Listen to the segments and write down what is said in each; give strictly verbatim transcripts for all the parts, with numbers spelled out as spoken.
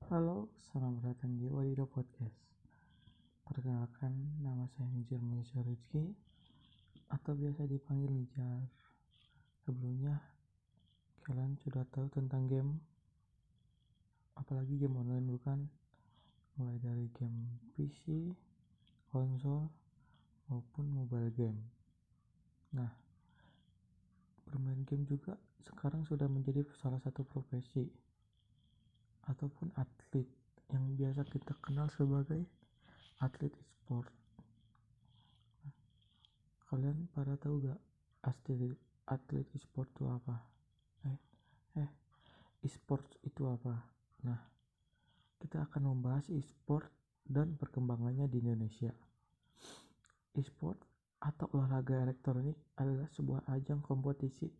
Halo, selamat datang di Wadido Podcast. Perkenalkan, nama saya Nizar Malaysia Rizky atau biasa dipanggil Nijar. Sebelumnya, kalian sudah tahu tentang game, apalagi game online bukan? Mulai dari game P C, konsol, maupun mobile game. Nah, bermain game juga sekarang sudah menjadi salah satu profesi ataupun atlet yang biasa kita kenal sebagai atlet e-sport. Kalian pada tahu gak atlet atlet e-sport itu apa? Eh, eh, e-sport itu apa? Nah, kita akan membahas e-sport dan perkembangannya di Indonesia. E-sport atau olahraga elektronik adalah sebuah ajang kompetisi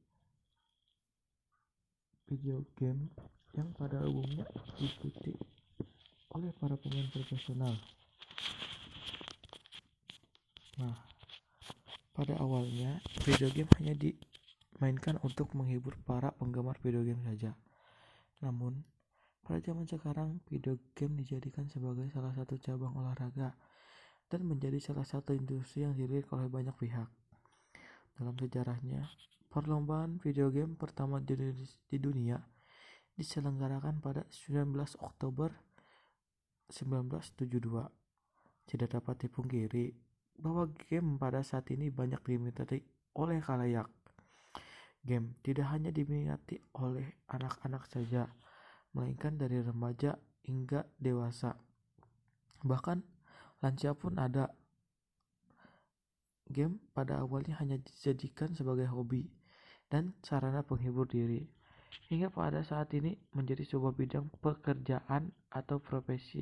video game yang pada umumnya diikuti oleh para pemain profesional. Nah, pada awalnya video game hanya dimainkan untuk menghibur para penggemar video game saja. Namun, pada zaman sekarang, video game dijadikan sebagai salah satu cabang olahraga dan menjadi salah satu industri yang dilirik oleh banyak pihak. Dalam sejarahnya, perlombaan video game pertama di, di dunia diselenggarakan pada sembilan belas Oktober sembilan belas tujuh puluh dua. Tidak dapat dipungkiri bahwa game pada saat ini banyak diminati oleh khalayak. Game tidak hanya diminati oleh anak-anak saja, melainkan dari remaja hingga dewasa. Bahkan lansia pun ada. Game pada awalnya hanya dijadikan sebagai hobi dan sarana penghibur diri, hingga pada saat ini menjadi sebuah bidang pekerjaan atau profesi,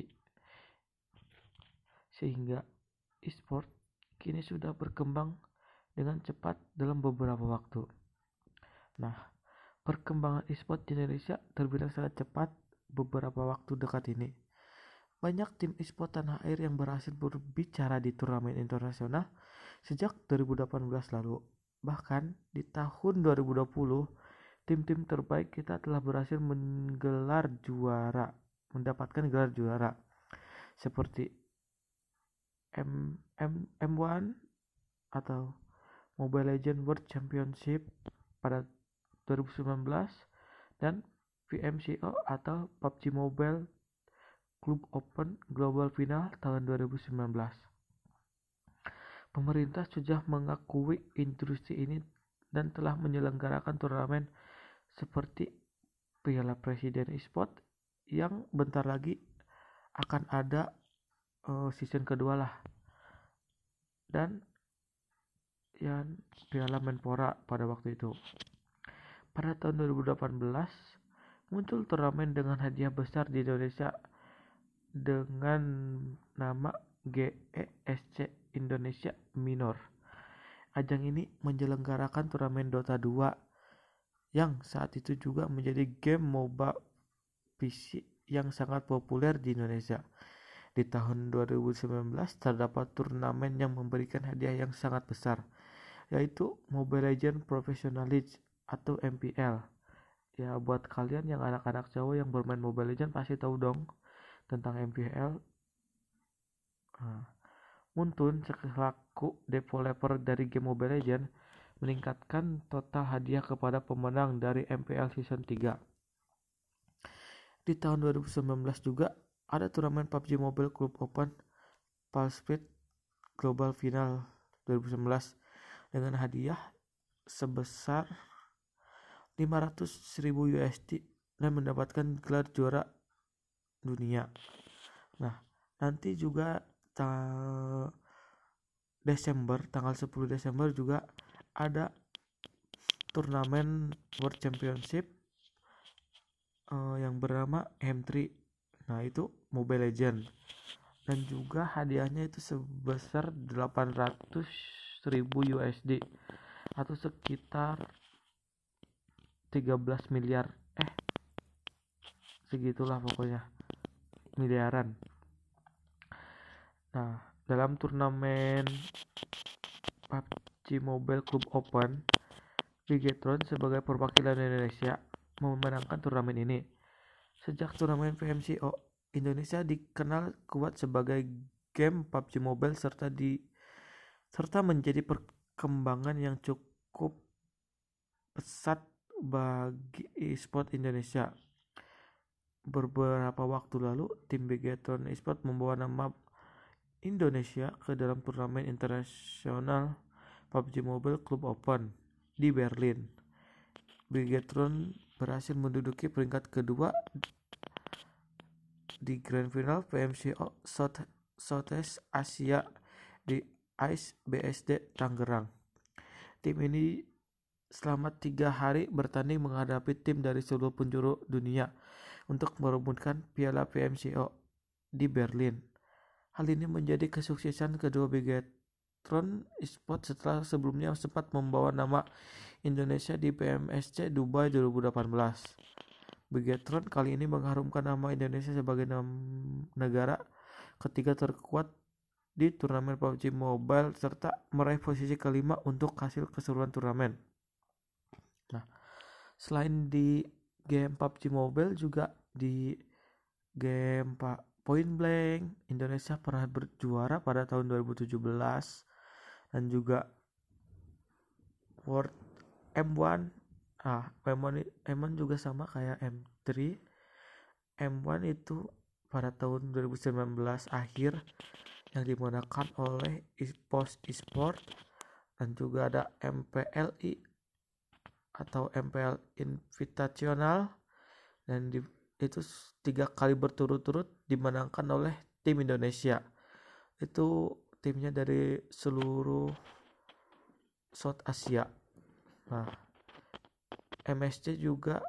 sehingga e-sport kini sudah berkembang dengan cepat dalam beberapa waktu. Nah, perkembangan e-sport di Indonesia terbilang sangat cepat beberapa waktu dekat ini. Banyak tim e-sport tanah air yang berhasil berbicara di turnamen internasional sejak dua ribu delapan belas lalu. Bahkan di tahun dua ribu dua puluh, tim-tim terbaik kita telah berhasil menggelar juara, mendapatkan gelar juara seperti M M M1 atau Mobile Legends World Championship pada dua ribu sembilan belas dan V M C O atau P U B G Mobile Club Open Global Final tahun dua ribu sembilan belas. Pemerintah sudah mengakui industri ini dan telah menyelenggarakan turnamen seperti Piala Presiden e-sport yang bentar lagi akan ada uh, season kedua lah, dan yang Piala Menpora pada waktu itu. Pada tahun dua ribu delapan belas muncul turnamen dengan hadiah besar di Indonesia dengan nama G E S C Indonesia Minor. Ajang ini menyelenggarakan turnamen Dota dua yang saat itu juga menjadi game MOBA P C yang sangat populer di Indonesia. Di tahun dua ribu sembilan belas terdapat turnamen yang memberikan hadiah yang sangat besar, yaitu Mobile Legends Professional League atau M P L. Ya, buat kalian yang anak-anak cowok yang bermain Mobile Legends pasti tahu dong tentang M P L. Nah, Muntun selaku developer dari game Mobile Legends meningkatkan total hadiah kepada pemenang dari M P L Season tiga. Di tahun dua ribu sembilan belas juga ada turnamen P U B G Mobile Club Open Pulse Global Final dua ribu sembilan belas dengan hadiah sebesar lima ratus ribu U S D dan mendapatkan gelar juara dunia. Nah, nanti juga ta- Desember, tanggal sepuluh Desember juga ada turnamen World Championship uh, yang bernama M tiga. Nah, itu Mobile Legends. Dan juga hadiahnya itu sebesar delapan ratus ribu U S D atau sekitar tiga belas miliar. Eh, segitulah pokoknya. Miliaran. Nah, dalam turnamen P U B G Mobile Club Open, Bigetron sebagai perwakilan Indonesia memenangkan turnamen ini. Sejak turnamen V M C O Indonesia dikenal kuat sebagai game P U B G Mobile serta di serta menjadi perkembangan yang cukup pesat bagi e-sport Indonesia. Beberapa waktu lalu, tim Bigetron Esport membawa nama Indonesia ke dalam turnamen internasional P U B G Mobile Club Open di Berlin. Bigetron berhasil menduduki peringkat kedua di Grand Final P M C O South Southeast Asia di Ice B S D Tangerang. Tim ini selama tiga hari bertanding menghadapi tim dari seluruh penjuru dunia untuk merebutkan Piala P M C O di Berlin. Hal ini menjadi kesuksesan kedua Bigetron Esport setelah sebelumnya sempat membawa nama Indonesia di P M S C Dubai dua ribu delapan belas. Bigetron kali ini mengharumkan nama Indonesia sebagai negara ketiga terkuat di turnamen P U B G Mobile serta meraih posisi kelima untuk hasil keseluruhan turnamen. Nah, selain di game P U B G Mobile juga di game Point Blank Indonesia pernah berjuara pada tahun dua ribu tujuh belas dan juga World M satu ah M satu, M satu juga sama kayak M tiga. M satu itu pada tahun dua ribu sembilan belas akhir yang dimenangkan oleh ePost eSport, dan juga ada M P L I atau M P L Invitational, dan di, itu tiga kali berturut-turut dimenangkan oleh tim Indonesia. Itu timnya dari seluruh South Asia. Nah, M S C juga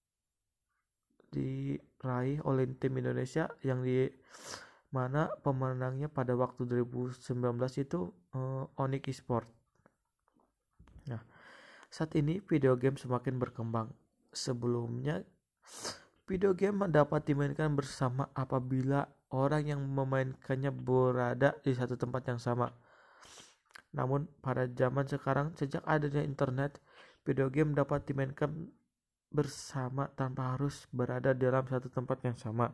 diraih oleh tim Indonesia yang di mana pemenangnya pada waktu dua ribu sembilan belas itu uh, Onyx Esport. Nah, saat ini video game semakin berkembang. Sebelumnya video game dapat dimainkan bersama apabila orang yang memainkannya berada di satu tempat yang sama. Namun pada zaman sekarang, sejak adanya internet, video game dapat dimainkan bersama tanpa harus berada dalam satu tempat yang sama.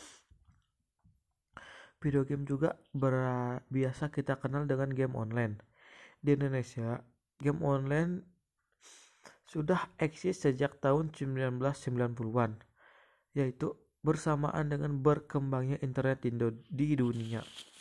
Video game juga ber- biasa kita kenal dengan game online. Di Indonesia, game online sudah eksis sejak tahun sembilan belas sembilan puluhan, yaitu bersamaan dengan berkembangnya internet di, di dunia.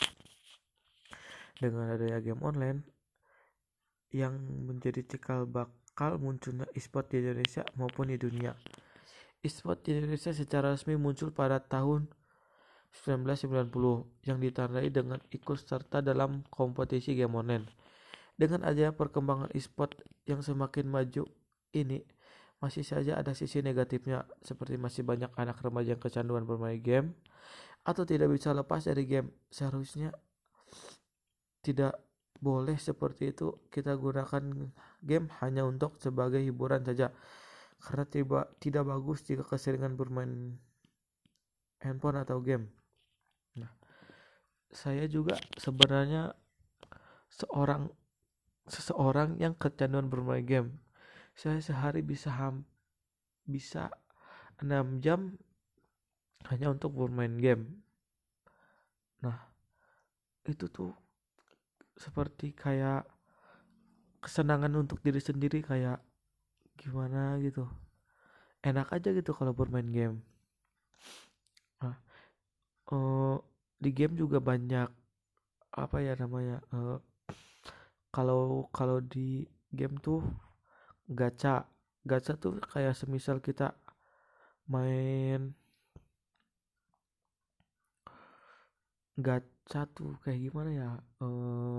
Dengan adanya game online yang menjadi cikal bakal munculnya e-sport di Indonesia maupun di dunia. E-sport di Indonesia secara resmi muncul pada tahun sembilan belas sembilan puluh yang ditandai dengan ikut serta dalam kompetisi game online. Dengan adanya perkembangan e-sport yang semakin maju ini, masih saja ada sisi negatifnya, seperti masih banyak anak remaja yang kecanduan bermain game atau tidak bisa lepas dari game. Seharusnya tidak boleh seperti itu. Kita gunakan game hanya untuk sebagai hiburan saja, karena tiba, tidak bagus jika keseringan bermain handphone atau game. Nah, saya juga sebenarnya seorang seseorang yang kecanduan bermain game. Saya sehari bisa ham, bisa enam jam hanya untuk bermain game. Nah, itu tuh seperti kayak kesenangan untuk diri sendiri, kayak gimana gitu. Enak aja gitu kalau bermain game. Nah, uh, di game juga banyak apa ya namanya? Uh, kalau kalau di game tuh gacha. Gacha tuh kayak semisal kita main gacha tuh kayak gimana ya? Uh,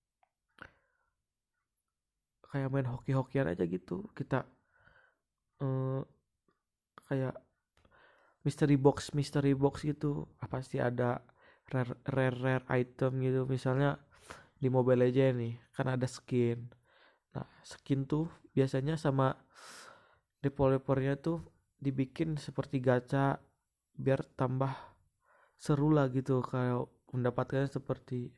kayak main hoki-hokian aja gitu. Kita uh, kayak mystery box mystery box gitu. Apa sih ada rare rare rare item gitu. Misalnya di Mobile Legends nih kan ada skin. Nah, skin tuh biasanya sama developernya tuh dibikin seperti gacha biar tambah seru lah gitu, kalau mendapatkannya seperti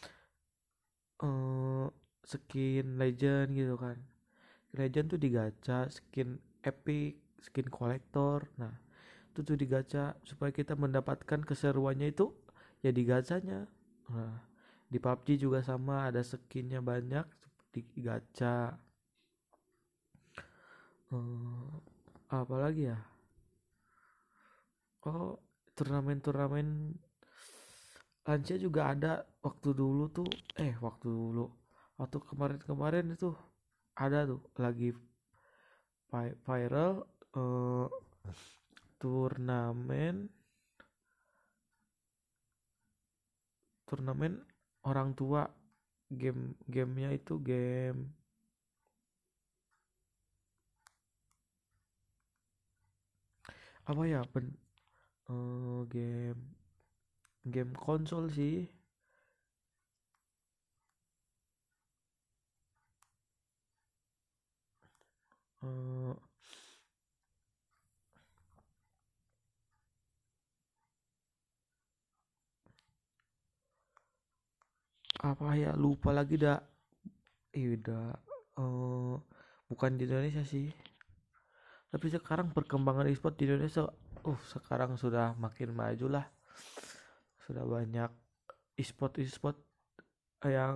uh, skin legend gitu kan. Legend tuh digacha, skin epic, skin kolektor. Nah, itu tuh di gacha supaya kita mendapatkan keseruannya itu ya di gachanya. Nah, di P U B G juga sama, ada skinnya banyak di gacha. Hmm, apa lagi ya? Oh, turnamen-turnamen Lancia juga ada waktu dulu tuh. Eh, waktu dulu. Waktu kemarin-kemarin itu ada tuh lagi vi- viral eh, turnamen turnamen orang tua, game gamenya itu game apa ya pen, eh, game game konsol sih. Eh, apa ya lupa lagi dah. Ih, udah eh, bukan di Indonesia sih, tapi sekarang perkembangan e-sport di Indonesia uh sekarang sudah makin maju lah. Sudah banyak e-sport e-sport yang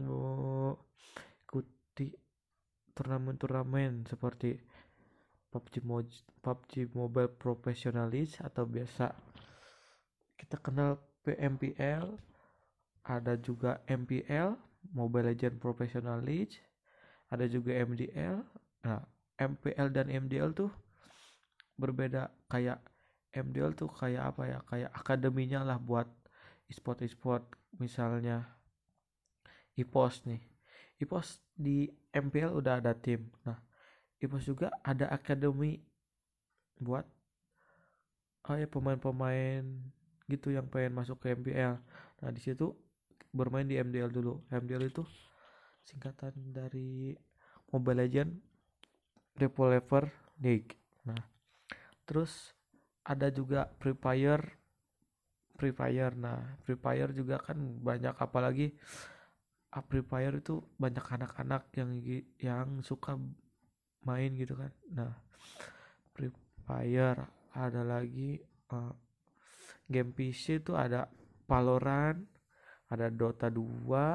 mengikuti turnamen-turnamen seperti P U B G Moj- P U B G Mobile Professionalis atau biasa kita kenal P M P L. Ada juga M P L, Mobile Legend Professional League. Ada juga M D L. Nah, M P L dan M D L tuh berbeda. Kayak M D L tuh kayak apa ya, kayak akademinya lah buat e-sport e-sport. Misalnya EPOS nih, EPOS di M P L udah ada tim. Nah, EPOS juga ada akademi buat oh ya pemain-pemain gitu yang pengen masuk ke M P L. Nah, di situ bermain di M D L dulu. M D L itu singkatan dari Mobile Legend Developer League. Nah, terus ada juga Free Fire. Free Fire. Nah, Free Fire juga kan banyak, apalagi ah, Free Fire itu banyak anak-anak yang yang suka main gitu kan. Nah, Free Fire ada lagi uh, game P C itu ada Valorant, ada Dota dua.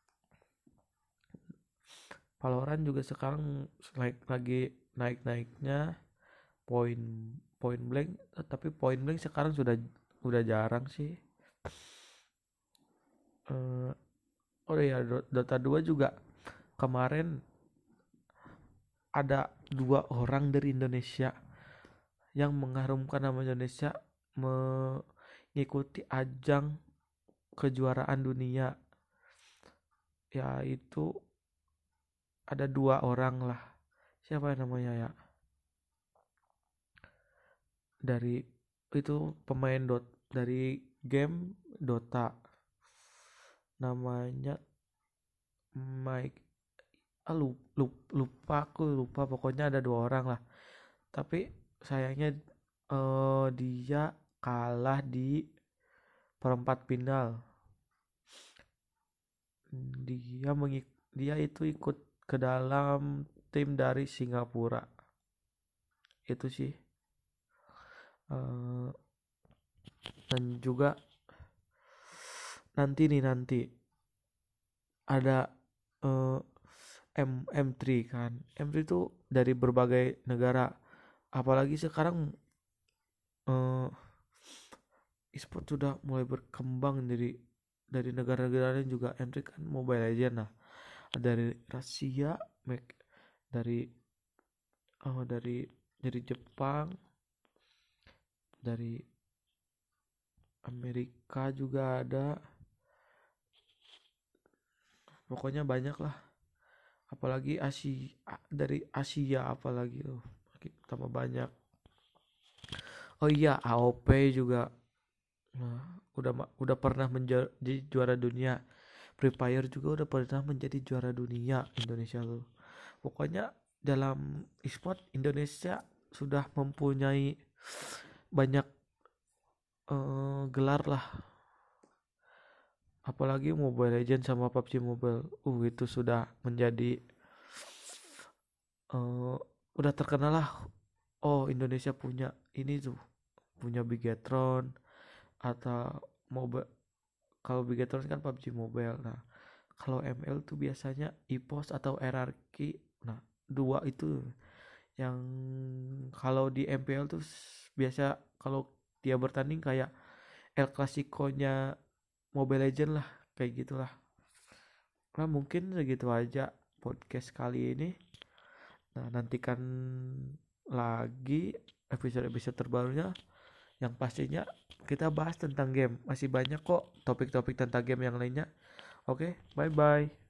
Valorant juga sekarang naik lagi naik-naiknya. Point Point Blank, eh, tapi Point Blank sekarang sudah udah jarang sih. Eh, oh iya, Dota dua juga kemarin ada dua orang dari Indonesia yang mengharumkan nama Indonesia mengikuti ajang kejuaraan dunia, yaitu ada dua orang lah. Siapa yang namanya ya? Dari itu pemain dot dari game Dota, namanya Mike. Ah, lupa, lupa aku lupa, pokoknya ada dua orang lah. Tapi sayangnya eh, dia kalah di perempat final. Dia mengik dia itu ikut ke dalam tim dari Singapura. Itu sih. Eh, dan juga nanti nih nanti ada eh, M M3 kan. M tiga itu dari berbagai negara. Apalagi sekarang eh, e-sport sudah mulai berkembang dari dari negara-negara lain juga. M tiga kan Mobile Legends. Nah, dari Rusia, dari oh dari dari Jepang, dari Amerika juga ada. Pokoknya banyak lah. Apalagi Asia, dari Asia apalagi tuh tambah banyak. Oh iya, A O P juga. Nah, udah udah pernah menjadi juara dunia. Free Fire juga udah pernah menjadi juara dunia Indonesia tuh. Pokoknya dalam e-sport Indonesia sudah mempunyai banyak uh, gelar lah. Apalagi Mobile Legends sama P U B G Mobile. Uh itu sudah menjadi uh, udah terkenal lah. Oh, Indonesia punya ini tuh. punya Bigetron atau mobile. Kalau Bigetron kan P U B G Mobile. Nah, kalau M L tuh biasanya E P O S atau R R Q. Nah, dua itu yang kalau di M P L tuh biasa kalau dia bertanding kayak El Clasico-nya Mobile Legend lah, kayak gitulah. Nah, mungkin segitu aja podcast kali ini. Nah, nantikan lagi episode-episode terbarunya yang pastinya kita bahas tentang game. Masih banyak kok topik-topik tentang game yang lainnya. Oke, bye-bye.